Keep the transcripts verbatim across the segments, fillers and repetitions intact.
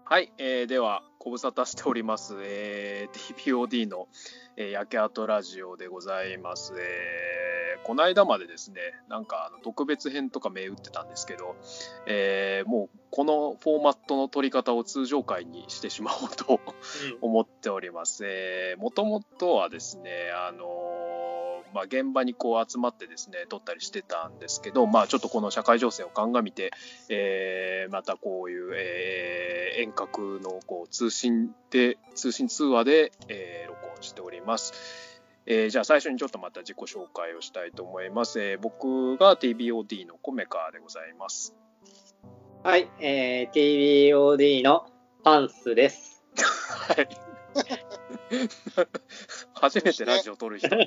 はい、えー、ではご無沙汰しております、えー、ティーピーオーディー の、えー、焼け跡ラジオでございます、えー、この間までですねなんかあの特別編とか銘打ってたんですけど、えー、もうこのフォーマットの取り方を通常回にしてしまおうと思っております。もともとはですねあのまあ、現場にこう集まってですね撮ったりしてたんですけど、まあ、ちょっとこの社会情勢を鑑みて、えー、またこういう、えー、遠隔のこう通信で通信通話で、えー、録音しております。えー、じゃあ最初にちょっとまた自己紹介をしたいと思います。えー、僕が ティービーオーディー のコメカでございます。 はい、えー、ティービーオーディー のパンスです。 はい初めてラジオ撮る人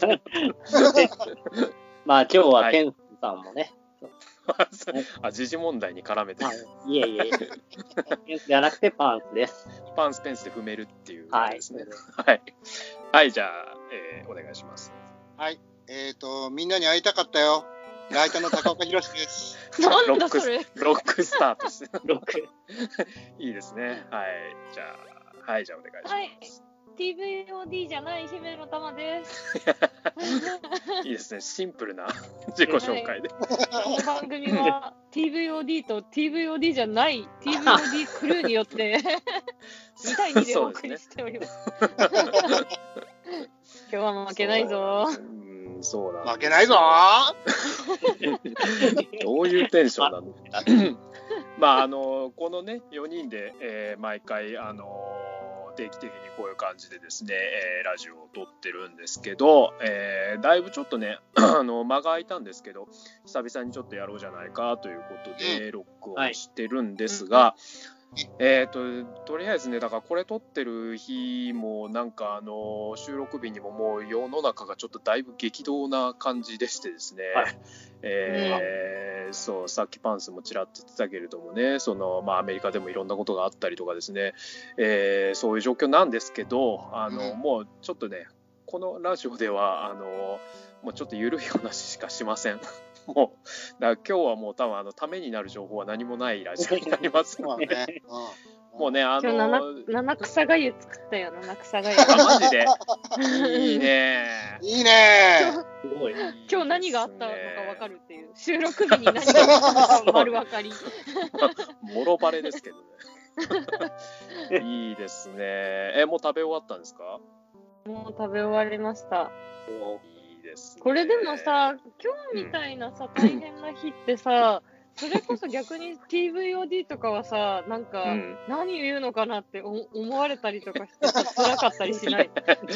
まあ今日はペンスさんもね、 はい、あ時事問題に絡めて、 いえいえペンスじゃなくてパンスです。 パンスペンスで踏めるっていうことですね。 はい、 はい、はい、じゃあ、えー、お願いします。 はい、えっ、ー、とみんなに会いたかったよ。ライターの高岡宏です。 なんだそれ。 ロックスタートしてロックいいですね。はい、じゃあはいじゃあお願いします。はい、 ティービーオーディー じゃない姫の玉です。 いいですね。シンプルな自己紹介で。 はい、この番組は ティービーオーディー と ティービーオーディー じゃない ティービーオーディー クルーによってに対にでお送りしております。今日は負けないぞ。 うん、そうなん負けないぞ。 どういうテンションなの？まああのこのねよにんで、えー、毎回あの定期的にこういう感じでですね、えー、ラジオを撮ってるんですけど、えー、だいぶちょっとねあの間が空いたんですけど久々にちょっとやろうじゃないかということで録音してるんですが、はい、えー、ととりあえずねだからこれ撮ってる日もなんかあの収録日にももう世の中がちょっとだいぶ激動な感じでしてですね、はい、えー、そうさっきパンスもちらっと言ってたけれどもねその、まあ、アメリカでもいろんなことがあったりとかですね、えー、そういう状況なんですけどあの、うん、もうちょっとねこのラジオではあのもうちょっと緩い話しかしません。もうだから今日はもう多分あのためになる情報は何もないラジオになりますので、ね、もうねあの今日 7, 7草がゆ作ったよ七草がゆ。 あマジでいいねいいねすごい今日何があったのか分かるっていう収録日に何があったのか丸分かりもろバレですけどねいいですね。えもう食べ終わったんですか？ もう食べ終わりました。 いいですね。 これでもさ今日みたいなさ、うん、大変な日ってさそれこそ逆に ティーブイオーディー とかはさなんか、うん、何言うのかなって思われたりとかして辛かったりしない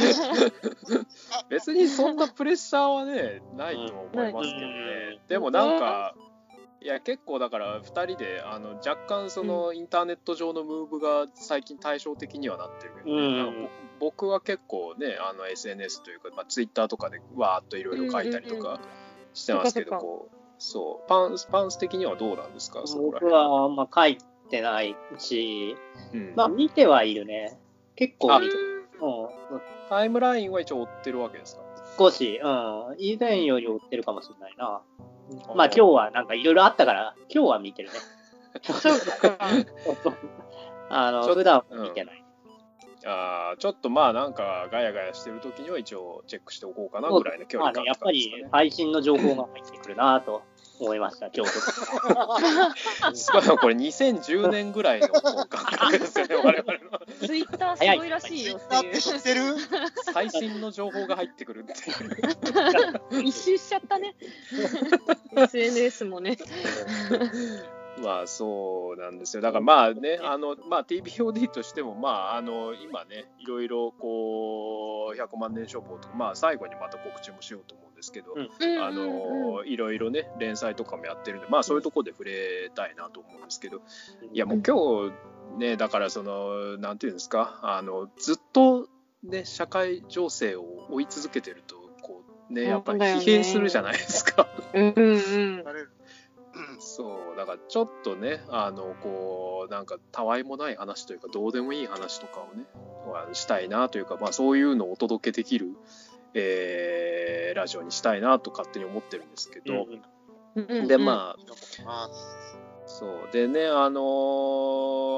別にそんなプレッシャーはねないと思いますけどね、うん、でもなんかいや結構だからふたりであの若干そのインターネット上のムーブが最近対照的にはなってるけど、ね、うん、僕は結構ねあの エスエヌエス というか、まあ、ツイッターとかでわーっといろいろ書いたりとかしてますけど、うんうんうん、こうそうパンスパンス的にはどうなんですか？ 僕はあんま書いてないし、うん、まあ見てはいるね。結構見てる、 うん、タイムラインは一応追ってるわけですか？ 少し、うん、以前より追ってるかもしれないな。まあ今日はなんかいろいろあったから今日は見てるね。 そうか。 あの普段は見てない。 うん、あちょっとまあなんかガヤガヤしてる時には一応チェックしておこうかなぐらいの距離感、ね、 まあね、やっぱり最新の情報が入ってくるなと思いました今日とすごいこれにせんじゅうねんぐらいの感覚ですよね我々のツイッターすごいらしいよっていう。 知ってる？ 最新の情報が入ってくるっていう一周しちゃったねエスエヌエス もねまあそうなんですよ。だからまあね、あのまあ ティービーオーディー としてもまああの今ねいろいろこうひゃくまん年書房とかまあ最後にまた告知もしようと思うんですけど、うん、あのいろいろね連載とかもやってるんでまあそういうところで触れたいなと思うんですけど、いやもう今日ねだからそのなんていうんですかあのずっとね社会情勢を追い続けてるとこうねやっぱり疲弊するじゃないですか。 うんうんそうだからちょっとねあのこうなんかたわいもない話というかどうでもいい話とかをねしたいなというか、まあ、そういうのをお届けできる、えー、ラジオにしたいなと勝手に思ってるんですけど、うん、でまあそうでねあのー、あ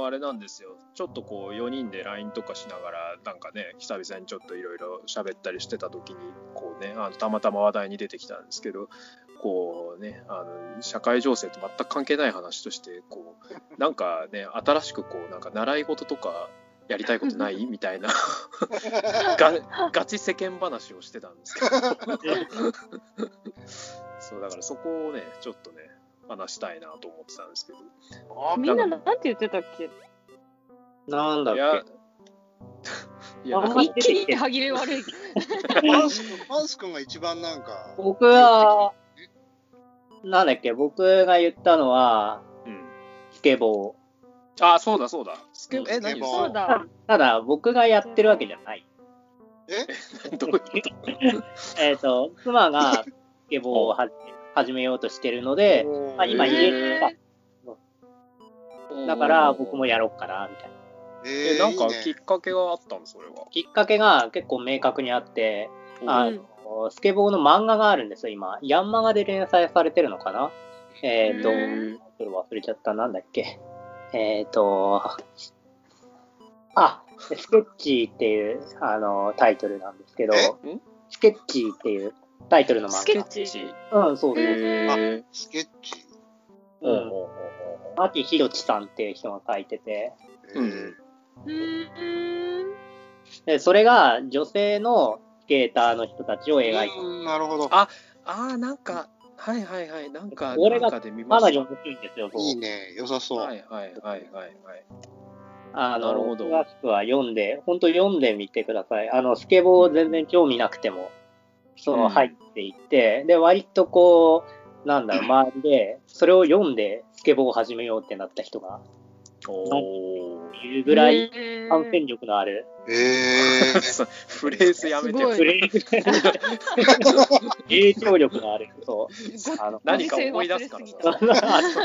あれなんですよ、ちょっとこうよにんで ライン とかしながらなんかね久々にちょっといろいろ喋ったりしてた時にこうねあのたまたま話題に出てきたんですけど、こうねあの社会情勢と全く関係ない話としてこうなんかね新しくこうなんか習い事とかやりたいことないみたいながガチ世間話をしてたんですけどそうだからそこをねちょっとね話したいなと思ってたんですけど、 みんななんて言ってたっけ？ なんだっいやけ。 いやなんか一気に歯切れ悪い。 マンス君、マンス君が一番なんか。 僕は、なんだっけ、僕が言ったのは、 うん、 スケボああそうだそうだスケうんえ何スケボーそうだ。 ー。ただ、僕がやってるわけじゃない。 えどういうことえっと、妻がスケボーをは始めようとしてるので、まあ、今家にさ、だから僕もやろうかな、みたいな。 えー、 えなんかいいねきっかけがあったのそれは。 きっかけが結構明確にあって、あうんのスケボーの漫画があるんですよ、今。ヤンマガで連載されてるのかな。えっ、と、 うんそれ忘れちゃった、なんだっけ。えっ、と、あ、スケッチーっていうあのタイトルなんですけど、 えんスケッチーっていうタイトルの漫画。 スケッチうん、そうそう。 へースケッチ。 うん。牧宏さんっていう人が書いてて、 えーうんうーん。 でそれが女性のスケーターの人たちを描いてる。 うん、なるほど。 ああーなんかはいはいはいなんかこれがなんかで見ました。 かなり面白いんですよ。そういいね、良さそう。 はいはいはいはいはい。 あの、 なるほど詳しくは読んで、本当読んでみてください。あの、スケボー全然興味なくても、そうのん入っていって、で、割とこう、なんだろう、周りで、それを読んでスケボーを始めようってなった人がおーいるぐらい、 へー感染力のある、 えー、 そうフレーズやめてよすごいフレーズ、影響力のある、そう。あの、 何か思い出すからさそんな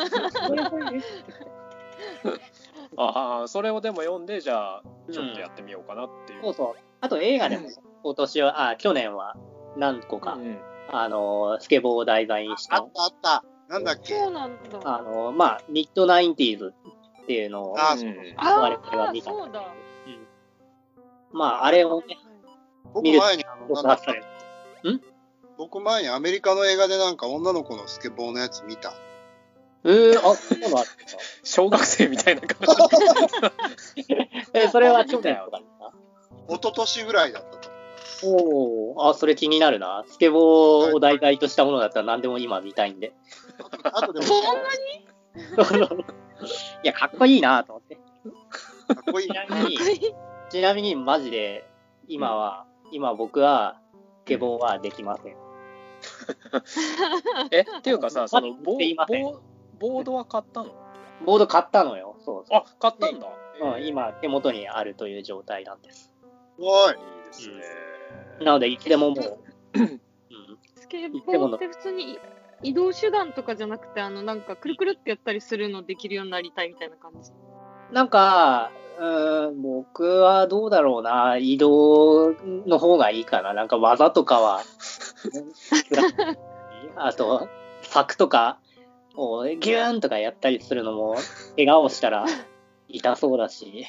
ああそれをでも読んでじゃあちょっとやってみようかなっていう。 そうそう。あと映画でも、今年は、あ、去年は何個か、 うんあの、スケボーを題材にしたあっ、たあった。なんだっけ。 そうなんだ。 あの、まあ、ミッドナインティーズっていうのを、 あうんあ我々があ、 見たそうだ。 まあ、あれをね、 僕見る前に、あの告なんだっ発されける。 僕前にアメリカの映画でなんか女の子のスケボーのやつ見た。 えー、あ、そうなのあった小学生みたいな感じ。 え、それは去年とかですか？ 一昨年ぐらいだったと。 おお、あ、それ気になるな。スケボーを題材としたものだったら何でも今見たいんで。 あとでも、 そんないや、かっこいいなと思って。 かっこいいち。なみに、ちなみにマジで、今は、今僕は、スケボーはできません。 えっていうかさそのボすいませんボボードは買ったの？ ボード買ったのよ。そうそう。 あ買ったんだ。 うん、今、手元にあるという状態なんです。 おいいいですね。 なので、いつでももう、うん、 スケボーって普通に移動手段とかじゃなくて、あの、なんか、くるくるってやったりするのできるようになりたいみたいな感じ。 なんか、うーん、僕はどうだろうな、移動の方がいいかな。なんか技とかは、あと、柵とかをギューンとかやったりするのも、怪我をしたら痛そうだし。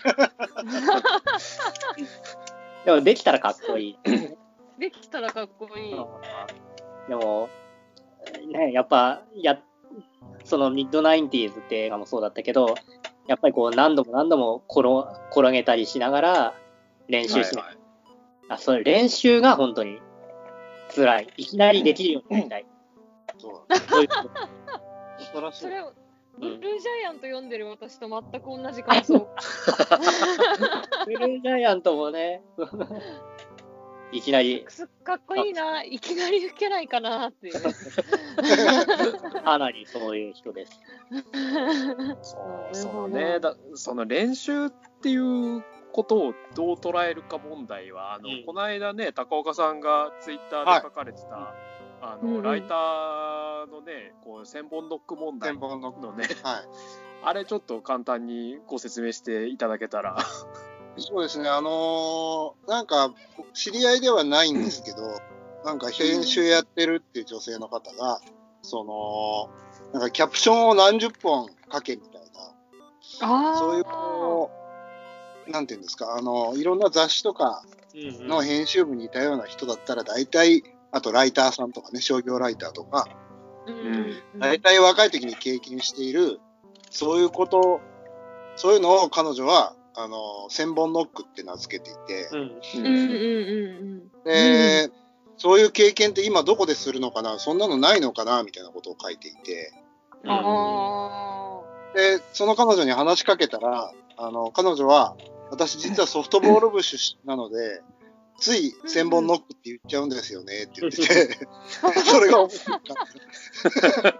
でもできたらかっこいい。 できたらかっこいい。 でも、ね、やっぱ、や、そのミッドナインティーズって映画もそうだったけど、やっぱりこう何度も何度も転転げたりしながら練習しない。 はいはいあ、それ練習が本当に辛い。いきなりできるようになりたい。 そうだ。 そういうことそらそ。 そうれを、ブルージャイアント読んでる私と全く同じ感想。 ブルージャイアントもね、いきなりすかっこいいな、いきなり吹けないかなっていう。 かなりそういう人です。 そうそうねだその練習っていうことをどう捉えるか問題はあの、 うんこの間ね高岡さんがツイッターで書かれてた、あのうんうんライターのねこう千本ノック問題天本の。 のねはい。 あれちょっと簡単にご説明していただけたら。 そうですね、あのーなんか、知り合いではないんですけど、なんか編集やってるっていう女性の方が、その、なんかキャプションを何十本書けみたいな、 ああ、 そういうなんていうんですか、あの、いろんな雑誌とかの編集部にいたような人だったら、大体、あとライターさんとかね、商業ライターとか、 うん。 大体若い時に経験している、そういうこと、そういうのを彼女は、あの、千本ノックって名付けていて、 うん。 うんうんうんで、そういう経験って今どこでするのかな、そんなのないのかな、みたいなことを書いていて、 うん。あで、その彼女に話しかけたら、あの、彼女は、私実はソフトボール部出身なので、つい千本ノックって言っちゃうんですよねって言ってて、それが面白かった。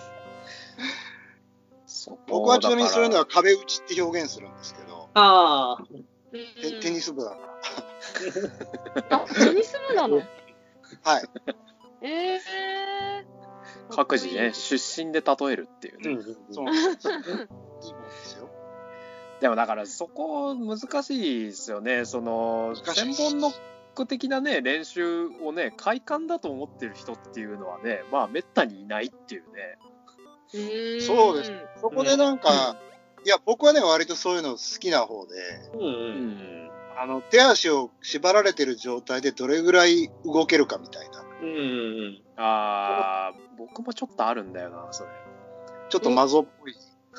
僕はちなみにそういうのは壁打ちって表現するんですけど、 ああ。 テテニス部だかあ。あ、テニス部なの。 ら。はい。 ええ。 各自ね、出身で例えるっていうね。 うん。 そうなんです。いいもんですよ。 でもだからそこ難しいですよね。その難しい千本ノック的なね練習をね快感だと思ってる人っていうのはね、まあめったにいないっていうね。 そうです。そこでなんか、いや、僕はね、割とそういうの好きな方で、 うん。 うんあの、手足を縛られてる状態でどれぐらい動けるかみたいな。 うん。 ああ、僕もちょっとあるんだよな、それ。 ちょっとマゾっぽい。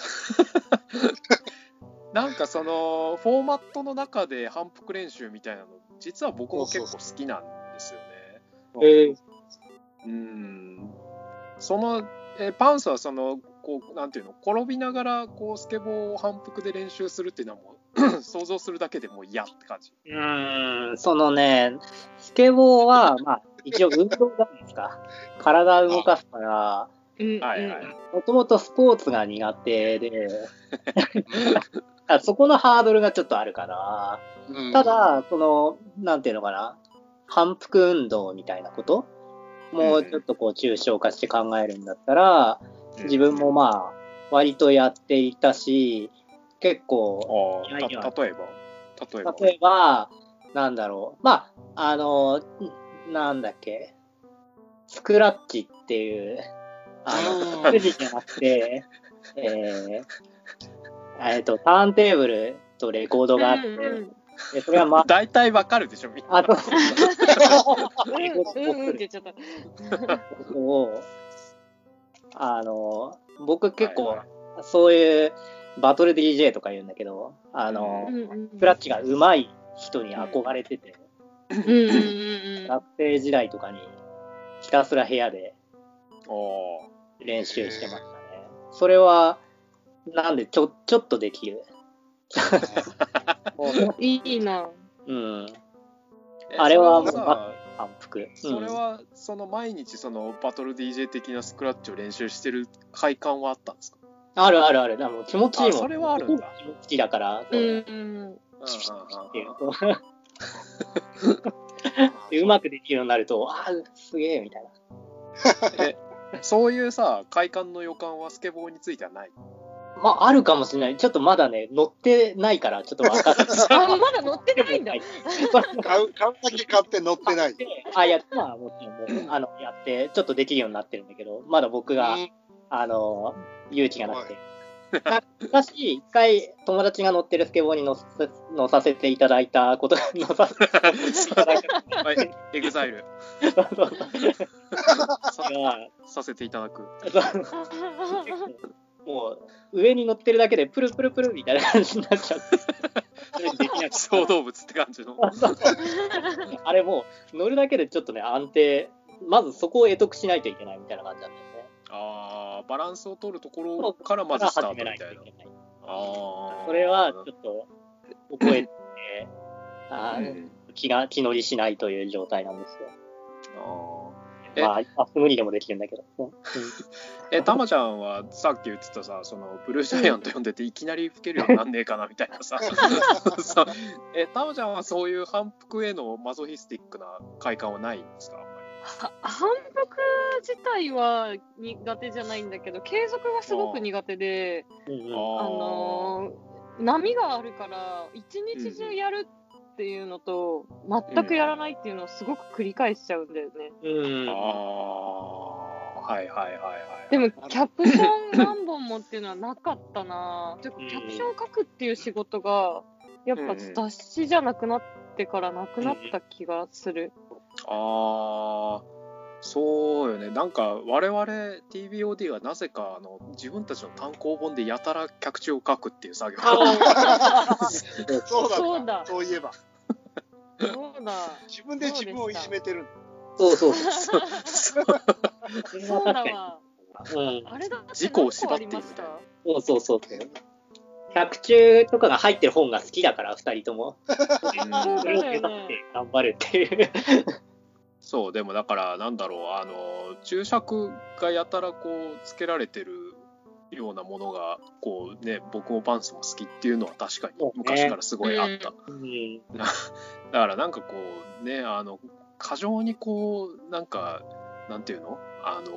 なんかそのフォーマットの中で反復練習みたいなの、実は僕も結構好きなんですよね。 ええ。 うん。そのえパンスはそのこうなんていうの、転びながらこうスケボーを反復で練習するっていうのはもう想像するだけでもう嫌って感じ。 うーん、そのね、スケボーは、まあ、一応運動じゃないですか。体を動かすから、 うん。 はいはい。 もともとスポーツが苦手で、あそこのハードルがちょっとあるかな。 うんただ、その、なんていうのかな、反復運動みたいなこともうちょっとこう抽象化して考えるんだったら、自分もまあ、割とやっていたし、結構、 ああ、 いやいやた例えば例えば例えば、なんだろう。まあ、あの、んなんだっけ。スクラッチっていう、あうんの、くじじゃなくて、えー、えっと、ターンテーブルとレコードがあって、 うんでそれはまあ、 大体わかるでしょみんな。 あと、 うんうんって言っちゃった。 こを、あの、僕結構、 はいはそういうバトル ディージェー とか言うんだけど、あの、 うんうんスクラッチが上手い人に憧れてて、 うんうんうん学生時代とかにひたすら部屋でおー練習してましたね。それは、なんでちょ、ちょっとできる。 いいな。 うん。 えあれはそれさ反復。 それはその毎日そのバトル ディージェー 的なスクラッチを練習してる快感はあったんですか？ うん、あるあるある。でも気持ちいいもん。 あそれはあるんだ気持ちいいだから、そううんねうん。 っていうとでうまくできるようになると、ああ、すげえ、みたいな。 えそういうさ快感の予感はスケボーについてはない？ まあ、あるかもしれない。ちょっとまだね、乗ってないから、ちょっとわかんない。 あ、まだ乗ってないんだ。 買う、買うだけ買って乗ってない。 あ、やってはもちろんもう、あの、やって、ちょっとできるようになってるんだけど、まだ僕が、 うんあの、勇気がなくて。な昔、一回、友達が乗ってるスケボーに乗せ乗させていただいたことが、乗させていただいたはい、エグザイルそうそれは、 させていただく。 もう、上に乗ってるだけで、プルプルプルみたいな感じになっちゃって。それできなくて小動物って感じの。 あれもう、乗るだけでちょっとね、安定、まずそこを得得しないといけないみたいな感じなんだよね。 ああ、バランスを取るところからまずスタートみたいな。 から始めないといけない。 ああ。 それはちょっと覚えて、あーうん気が気乗りしないという状態なんですよ。 あえまあ、まあ、無理でもできるんだけど。うんーえ、たまちゃんはさっき言ってたさ、そのブルージャイアント読んでていきなり吹けるようになんねえかなみたいなさ。そうえ、たまちゃんはそういう反復へのマゾヒスティックな快感はないんですか？あんまり。 は反復自体は苦手じゃないんだけど、継続がすごく苦手で、 うんうんあのー波があるから一日中やるっていうのと、全くやらないっていうのをすごく繰り返しちゃうんだよね。 うんああ、はいはいはいはい。 でもキャプション何本もっていうのはなかったな。てかキャプションを書くっていう仕事がやっぱ雑誌じゃなくなってからなくなった気がする。 ああ、そうよね。なんか我々 ティービーオーディー はなぜかあの自分たちの単行本でやたら脚注を書くっていう作業をそうだそうだそういえばそうだ。 自分で自分をいじめてる。 そうそうそう。 そうそうそうだわ。 うん。 あれだって自己を何個あ縛っているりました？ そうそうそう。脚注とかが入ってる本が好きだから、二人とも。 うんそれを目指して頑張るっていう。 そうでもだからなんだろう、あの注釈がやたらこうつけられてるようなものがこうね、僕もパンツも好きっていうのは確かに昔からすごいあった、 うん、 だからなんかこうね、あの過剰にこうなんかなんていうの、あのー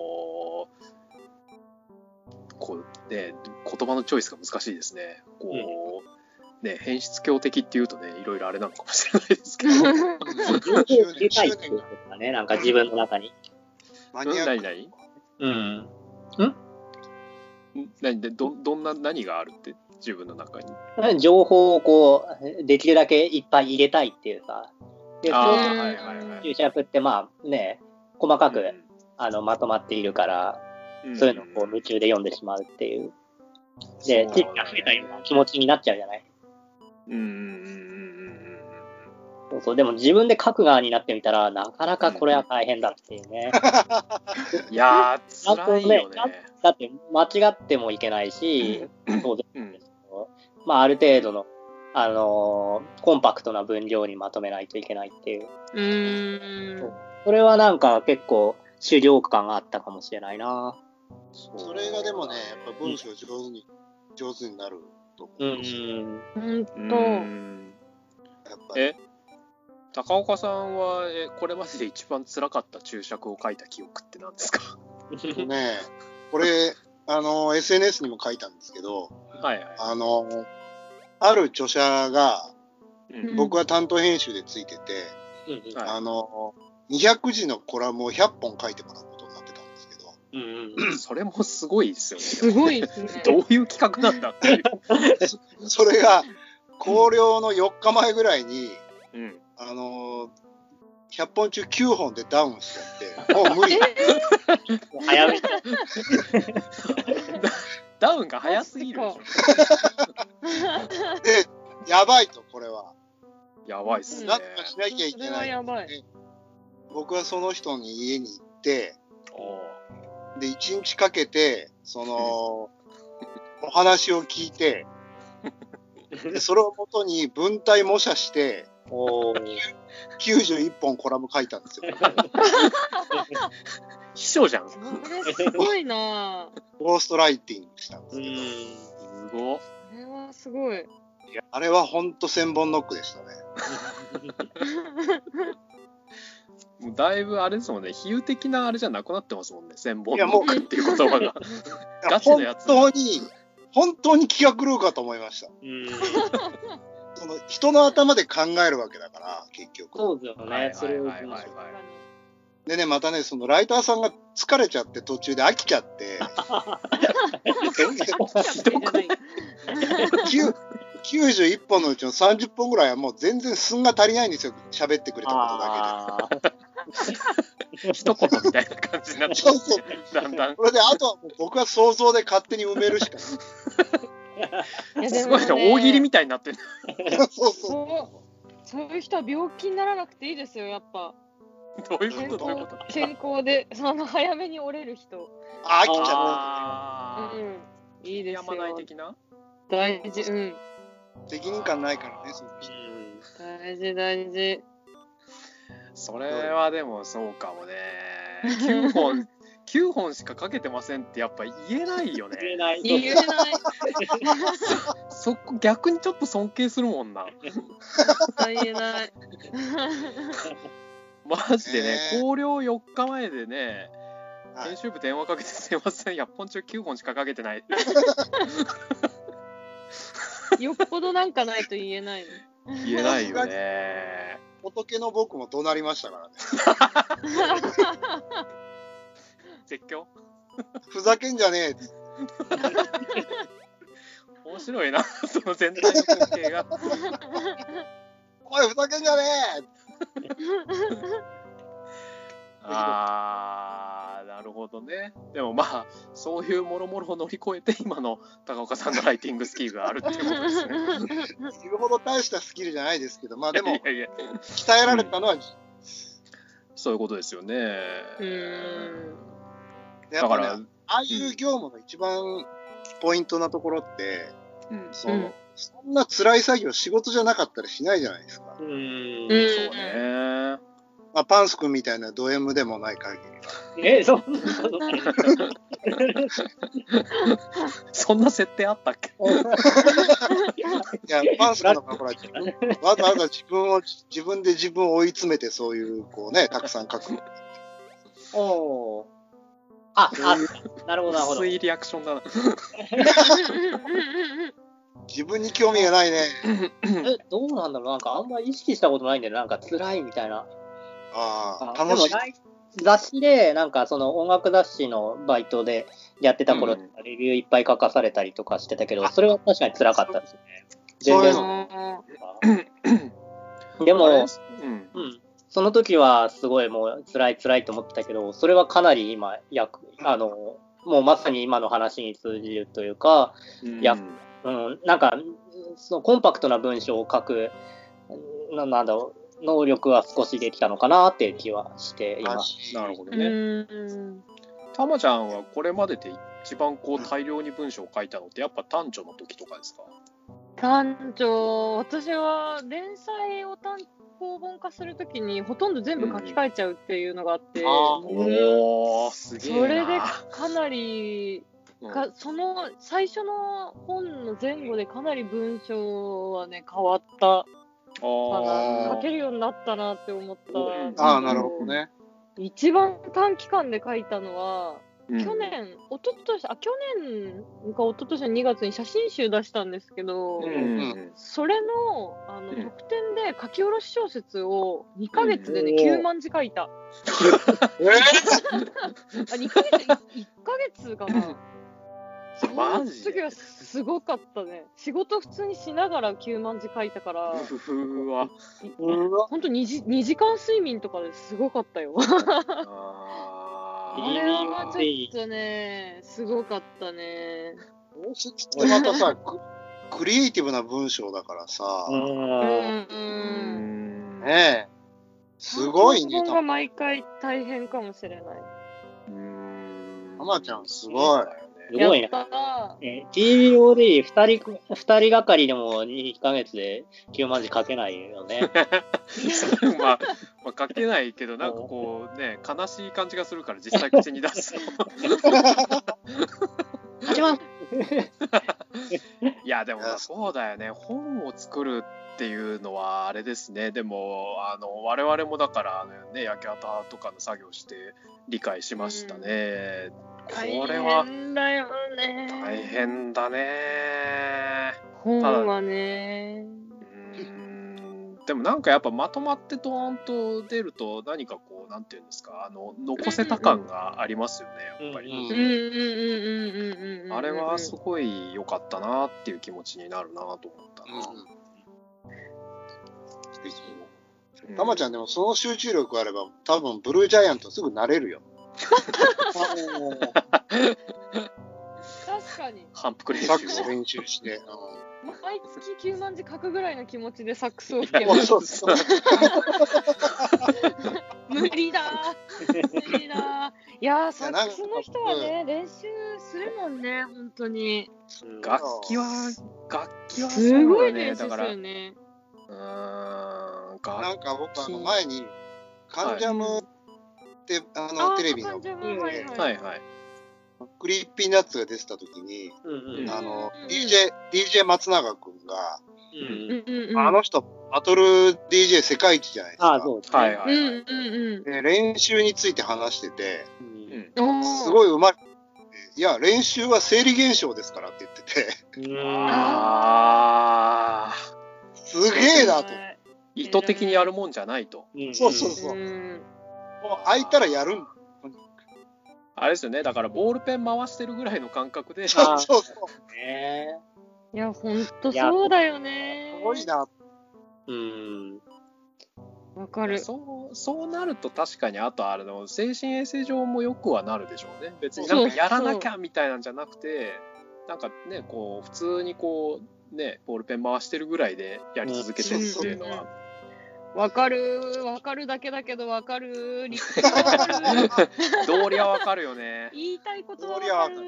こうね、言葉のチョイスが難しいですね。こう、うん、ね、変質狂的っていうとね、いろいろあれなのかもしれないですけど。 情報を入れたいっていうことだね、なんか自分の中に。 マニアック。 何うん。 ん何でどどんな何があるって自分の中に。 情報をこうできるだけいっぱい入れたいっていうか。で、 あそうーはいはいはい注釈ってまあね、細かく、 うんあのまとまっているから、 うん、 そういうのをこう夢中で読んでしまうっていう。で、知識が増えたような気持ちになっちゃうじゃない。 うんうんうんうんそうそう、でも自分で書く側になってみたら、なかなかこれは大変だっていうね。 うん。いやー、辛いよね。 だって間違ってもいけないし、当然うんですけど、まあある程度の、あのーコンパクトな分量にまとめないといけないっていう。 うーん。 それはなんか結構主量感があったかもしれないな。 それがでもね、やっぱ文章上手に、うん、上手になると思う。 うん。 ほんと。 うんやっぱりえ、高岡さんはえこれまでで一番辛かった注釈を書いた記憶って何ですか？ ね、これあの エスエヌエス にも書いたんですけど、 はいはい。 あのある著者が、 うん僕は担当編集でついてて、 うんはいあのにひゃくじのコラムをひゃっぽん書いてもらうことになってたんですけど、 うんそれもすごいですよね。 すごいですね。 どういう企画なんだっていう。 それが校了のよっかまえぐらいに、 うん、 あのひゃっぽん中きゅうほんでダウンしちゃって、もう無理。 早めに。 ダウンが早すぎるでしょ。 で、やばいと、これは。 やばいっすね。 なんとかしなきゃいけそれな。 はいやばい。 で僕はその人に家に行って、 おで、いちにちかけて、その、お話を聞いて、でそれをもとに文体模写して、 おーきゅうじゅういっぽんコラム書いたんですよ。 秘書じゃん。すそれすごいなぁ。 ゴーストライティングしたんですけど、 ごっ。 それはすごい。 あれはほんと千本ノックでしたね。 もうだいぶあれですもんね、比喩的なあれじゃなくなってますもんね、千本ノックっていう言葉が。ガチのやつ。 本当に、本当に気が狂うかと思いました。 うんその人の頭で考えるわけだから、結局。 そうですよね。 はいはいはいはいそれをでね、またね、そのライターさんが疲れちゃって途中で飽きちゃって、きゅうきゅうじゅういっぽんのうちのさんじゅっぽんぐらいはもう全然寸が足りないんですよ。喋ってくれたことだけで。 一言みたいな感じになってそうそう。 だんだん。 これで、あとはもう僕は想像で勝手に埋めるしかない。 すごいね、大喜利みたいになってる。 そうそう。 そうそういう人は病気にならなくていいですよ、やっぱ。 どういう健ことどういうこ康と健康で、その早めに折れる人。 あ、飽きちゃっあうん。いいー。 ですやまないよ。 的な大事、うん。 た。責任感ないからね、その人。 大事、大事。 それはでもそうかもね。きゅうほん、きゅうほんしかかけてませんってやっぱ言えないよね。 言えない。 言えない。 そこ逆にちょっと尊敬するもんな。 言えない。 マジでね、 ね校了よっかまえでね、 はい編集部電話かけてすいません、ひゃっぽん中きゅうほんしかかけてない。 よっぽどなんかないと言えないの。 言えないよね。 仏の僕も怒鳴りましたからね。 絶叫ふざけんじゃねえ。 面白いな、その全体の光景が。 お前ふざけんじゃねあー、なるほどね。でもまあ、そういうもろもろを乗り越えて、今の高岡さんのライティングスキルがあるっていうことですね。 え。言うほど大したスキルじゃないですけど、まあでも、 いやいや、 鍛えられたのは、 そういうことですよね。 うーん。 やっぱね、 だからああいう業務の一番ポイントなところって、 うん、 その、 うんそんな辛い作業、仕事じゃなかったりしないじゃないですか。 うーん。 うんそうね。 まあ、パンス君みたいなド M でもない限りは。 え、そんなことない。 そんな設定あったっけ？ いや、パンス君の場合ほら、自分わざわざ自分を、自分で自分を追い詰めて、そういう、こうね、たくさん書く。 おー。あ、あ、なるほど、なるほど。 薄いリアクションだな。 自分に興味がないね。 え、どうなんだろう、なんかあんまり意識したことないんだよね、なんか辛いみたいな。 ああ、楽しい。 でも来雑誌で、なんかその音楽雑誌のバイトでやってた頃、 うんレビューいっぱい書かされたりとかしてたけど、それは確かに辛かったですね。 そういう全の然。でも、 あれうん。 うん、その時はすごいもう辛い辛いと思ってたけど、それはかなり今、役あの、もうまさに今の話に通じるというか、いやうん、なんか、そのコンパクトな文章を書く、ななんだろう、能力は少しできたのかなっていう気はしています。 なるほどうね。 ん。 たまちゃんはこれまでで一番こう大量に文章を書いたのってやっぱ短調の時とかですか？ 単調、私は連載を単行本化するときにほとんど全部書き換えちゃうっていうのがあって、 あーおー、すげえな。 それでかなり、 うんかその最初の本の前後でかなり文章はね変わったかあな、 ー書けるようになったなって思った。 うんああ、なるほどね。 一番短期間で書いたのは、 うん去年、一昨年あ去年か一昨年のにがつに写真集出したんですけど、 うんうんそれのあの、 うん特典で書き下ろし小説をにかげつでね、 うんきゅうまんじ書いた。 えあ、にかげつ、いっかげつかな。そマのジで時はすごかったね。仕事普通にしながらきゅうまんじ書いたから、 うふわ。 ほんと 2, 時にじかん睡眠とかですごかったよ。 ああれはちょっとね、すごかったね。 小説ってまたさ、ククリエイティブな文章だからさ、 うんうん。 ーううん。 んねえ、すごいね、 単行本が毎回大変かもしれない。 うんたまちゃんすごい。 すごいな。 やったな。 えー ティービーオーディーふたり、二人がかりでもにかげつできゅうまんじ書けないよね。 まあ、まあ書けないけどなんかこうね悲しい感じがするから実際口に出すとはちまんいやでもまあそうだよね、本を作るっていうのはあれですね。でもあの我々もだからね焼き畑とかの作業して理解しましたね、これは大変だよね。 大変だね。 本はね。 うーんでもなんかやっぱまとまってドーンと出ると何かこうなんていうんですか、あの残せた感がありますよね、やっぱり、 うんうんうんうんうんうんうん。 あれはすごい良かったなっていう気持ちになるなと思ったな、うんたまちゃんでもその集中力あれば多分ブルージャイアントすぐなれるよ。 確かに。 反復練習サックス練習して。 毎月きゅうまん字書くぐらいの気持ちでサックスを吹けうん、 ばそうそう。 無理だー無理だーいやーサックスの人はね、 う練習するもんね、本当に。 楽器は楽器はすそうごいだね。 練習すだからるよね。 うーん楽なんか僕あの前にカンジャムって、ああのーテレビのカンジャムはいはいはいはいクリーピーナッツが出てた時に、 うんうんあのうんディージェー ディージェー 松永くんが、 うんうんうんうん。 あの人バトル ディージェー 世界一じゃないですか。 ああ、そうですね。 はいはいはい、 うんうんうん。 で練習について話してて、 うんうんおーすごいうまい。いや練習は生理現象ですからって言ってて、 うんあーすげえなと。 意図的にやるもんじゃないと。 うんそうそうそう。 うんもう空いたらやるんだ。 あれですよね、だからボールペン回してるぐらいの感覚であーそうそう。 ねいや、ほんとそうだよね。 すごいな。 うん。 わかる。 そう、そうなると確かに、あとあの精神衛生上もよくはなるでしょうね。別になんかやらなきゃみたいなんじゃなくて、なんかね、こう普通にこうね、ボールペン回してるぐらいでやり続けてるっていうのは。 わかる、わかるだけだけどわかる、理屈はわかる。 道理はわかるよね。 言いたいことはわかる。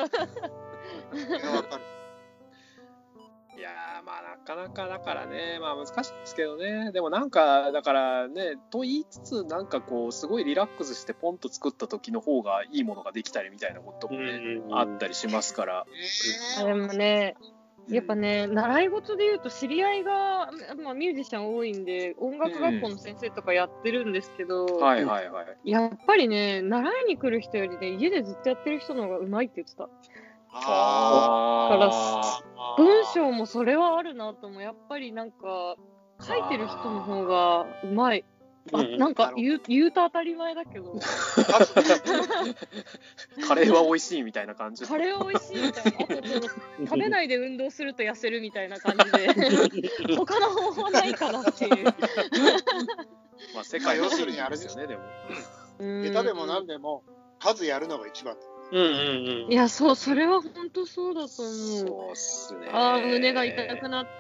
いやー、まあなかなかだからね、まあ難しいですけどね。でもなんかだからね、と言いつつなんかこうすごいリラックスしてポンと作った時の方がいいものができたりみたいなこともね、あったりしますから。 あでもね、やっぱね、習い事で言うと知り合いが、まあ、ミュージシャン多いんで音楽学校の先生とかやってるんですけど、 うん、はいはいはい。 やっぱりね、習いに来る人よりね、家でずっとやってる人の方がうまいって言ってた。 あだから文章もそれはあるなと思う。やっぱりなんか書いてる人の方がうまい。あ、なんか言う、言うと当たり前だけどカレーは美味しいみたいな感じ。 カレーは美味しいみたいな。あとその食べないで運動すると痩せるみたいな感じで他の方法ないかなっていうまあ世界要するにあれですよね。でも下手でも何でも数やるのが一番だ。 うんうんうん。 いや、そう、それは本当そうだと思う。 そうっすね。 ああ、胸が痛くなった。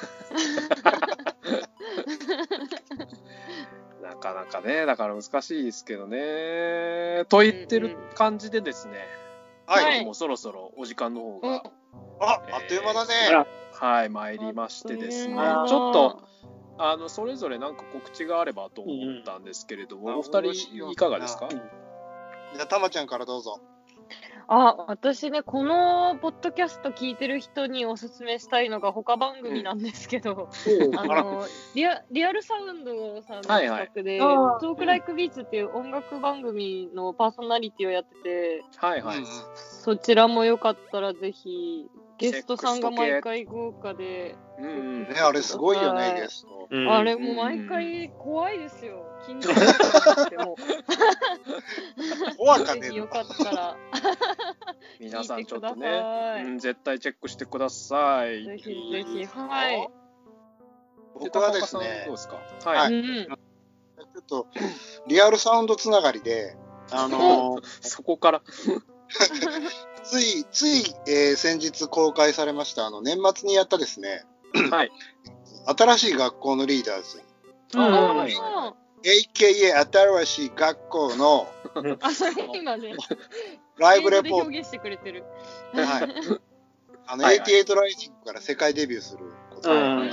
なかなかね、だから難しいですけどね。と言ってる感じでですね、 うんうん、 はい、もうそろそろお時間の方が、 あ、あっという間だね。 はい、参りましてですね、ちょっとあのそれぞれなんか告知があればと思ったんですけれども、うん、お二人いかがですか？ じゃあたまちゃんからどうぞ。 あ、私ね、このポッドキャスト聞いてる人におすすめしたいのが他番組なんですけど、うん、あのリア、リアルサウンドさんの企画で、はいはい、トークライクビーツっていう音楽番組のパーソナリティをやってて、 はいはい、 そちらもよかったらぜひ、ゲストさんが毎回豪華で、 うん、ね、あれすごいよね、ゲスト。 うん、あれも毎回怖いですよ。緊張しても。 怖かね。 よかったら。 皆さんちょっとね、うん、絶対チェックしてください。 ぜひぜひ、はい。 僕はですね、 どうですか？ はい。うん、ちょっとリアルサウンドつながりで、あのー、 そこからついつい、えー、先日公開されましたあの年末にやったですね、 はい、 新しい学校のリーダーズ、 はい、 エーケーエー 新しい学校のあ、それ今ね、 ライブレポート表現してくれてる。 はい。あの、はいはい、エイティエイトライジングから世界デビューすることが、うんうんうん、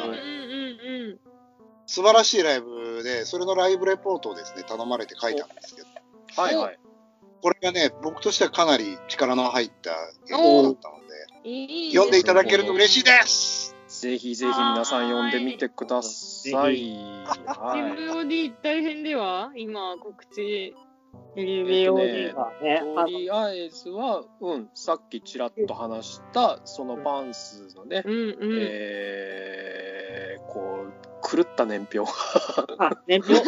素晴らしいライブで、それのライブレポートをですね、頼まれて書いたんですけど、 はいはい。 これがね、僕としてはかなり力の入った原稿だったので、いい読んでいただけると嬉しいです。 ぜひぜひ皆さん読んでみてください。 ティムオーディー大変では今告知。 えーとね、とりあえずは、うん、さっきちらっと話したそのパンスのね、うんうん、えー、こう狂った年表あ年表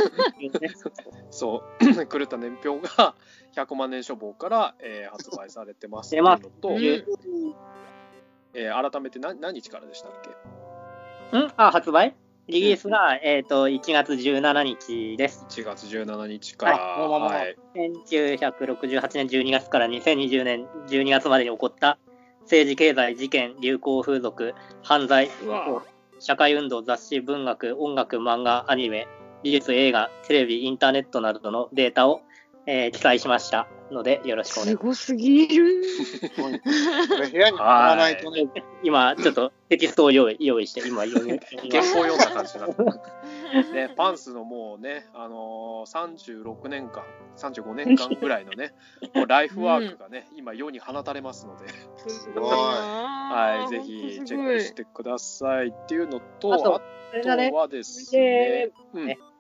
そう狂った年表がひゃくまん年書房から、えー、発売されてますっていうのと、うんえー、改めて何何日からでしたっけ？ んあ発売リリースが、えー、といちがつじゅうしちにちです。 いちがつじゅうしちにちから、はいはい、 せんきゅうひゃくろくじゅうはちねんじゅうにがつからにせんにじゅうねんじゅうにがつまでに起こった政治経済事件流行風俗犯罪社会運動雑誌文学音楽漫画アニメ美術映画テレビインターネットなどのデータを、えー、記載しましたのでよろしくお願いします。 すごすぎるこれ部屋に貼らないとね。 今ちょっとテキストを用意用意して今読み原稿読んだ感じだったね。パンスのもうね、あのー、さんじゅうろくねんかんさんじゅうごねんかんぐらいのねもうライフワークがね、うん、今世に放たれますので、 すごいはい、ぜひチェックしてくださいっていうのと、あとはですね、 うん、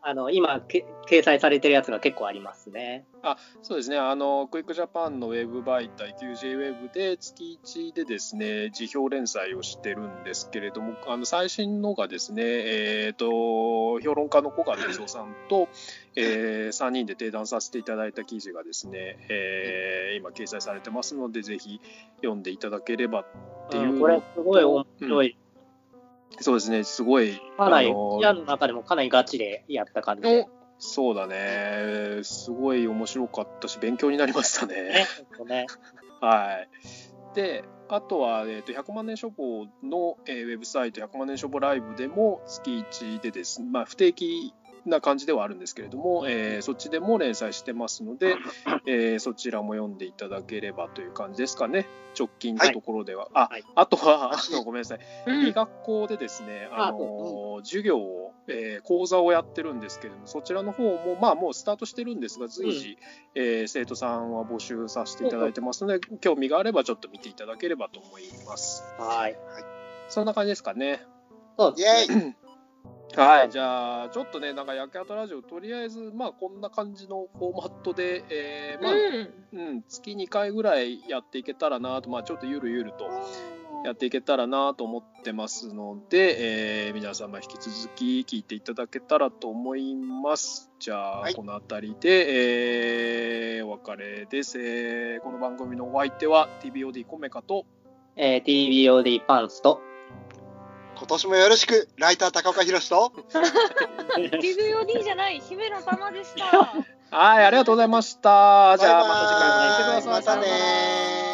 あの今け掲載されてるやつが結構ありますね。 あ、そうですね。あのクイックジャパンのウェブ媒体 キュージェー ウェブで月いちでですね、辞表連載をしてるんですけれども、あの最新のがですね、えー、と評論家の小川哲夫さんと、えー、さんにんで提談させていただいた記事がですね、えー、今掲載されてますので、ぜひ読んでいただければっていう、 うん、これすごい面白い。うん、 そうですね、すごい。 かなり、記者の中でもかなりガチでやった感じで。 そうだね、すごい面白かったし、勉強になりましたね。 ねはい。で、あとは、えー、とひゃくまん年書房の、えー、ウェブサイト、ひゃくまん年書房ライブでも月いちでですね、まあ、不定期な感じではあるんですけれども、えー、そっちでも連載してますので、えー、そちらも読んでいただければという感じですかね、直近のところでは。はい、あ, あとはあのごめんなさい、うん、医学校でですね、あの、うん、授業を、えー、講座をやってるんですけれども、そちらの方も、まあ、もうスタートしてるんですが、随時、うん、えー、生徒さんは募集させていただいてますので、うん、興味があればちょっと見ていただければと思います。 はい、 そんな感じですかね。 そうですね。 はい、じゃあちょっとね、なんか焼け跡ラジオ、とりあえずまあこんな感じのフォーマットで、えーまあうんうん、月にかいぐらいやっていけたらなと、まあ、ちょっとゆるゆるとやっていけたらなと思ってますので、えー、皆様引き続き聞いていただけたらと思います。じゃあ、はい、この辺りで、えー、お別れです、えー。この番組のお相手は ティービーオーディー コメカと、 えー、ティービーオーディー パンツと、 今年もよろしく、ライター高岡宏とティービーオーディー じゃない、姫野玉でした。 はい、ありがとうございました。じゃあまた次回も聞いてください。 またねー。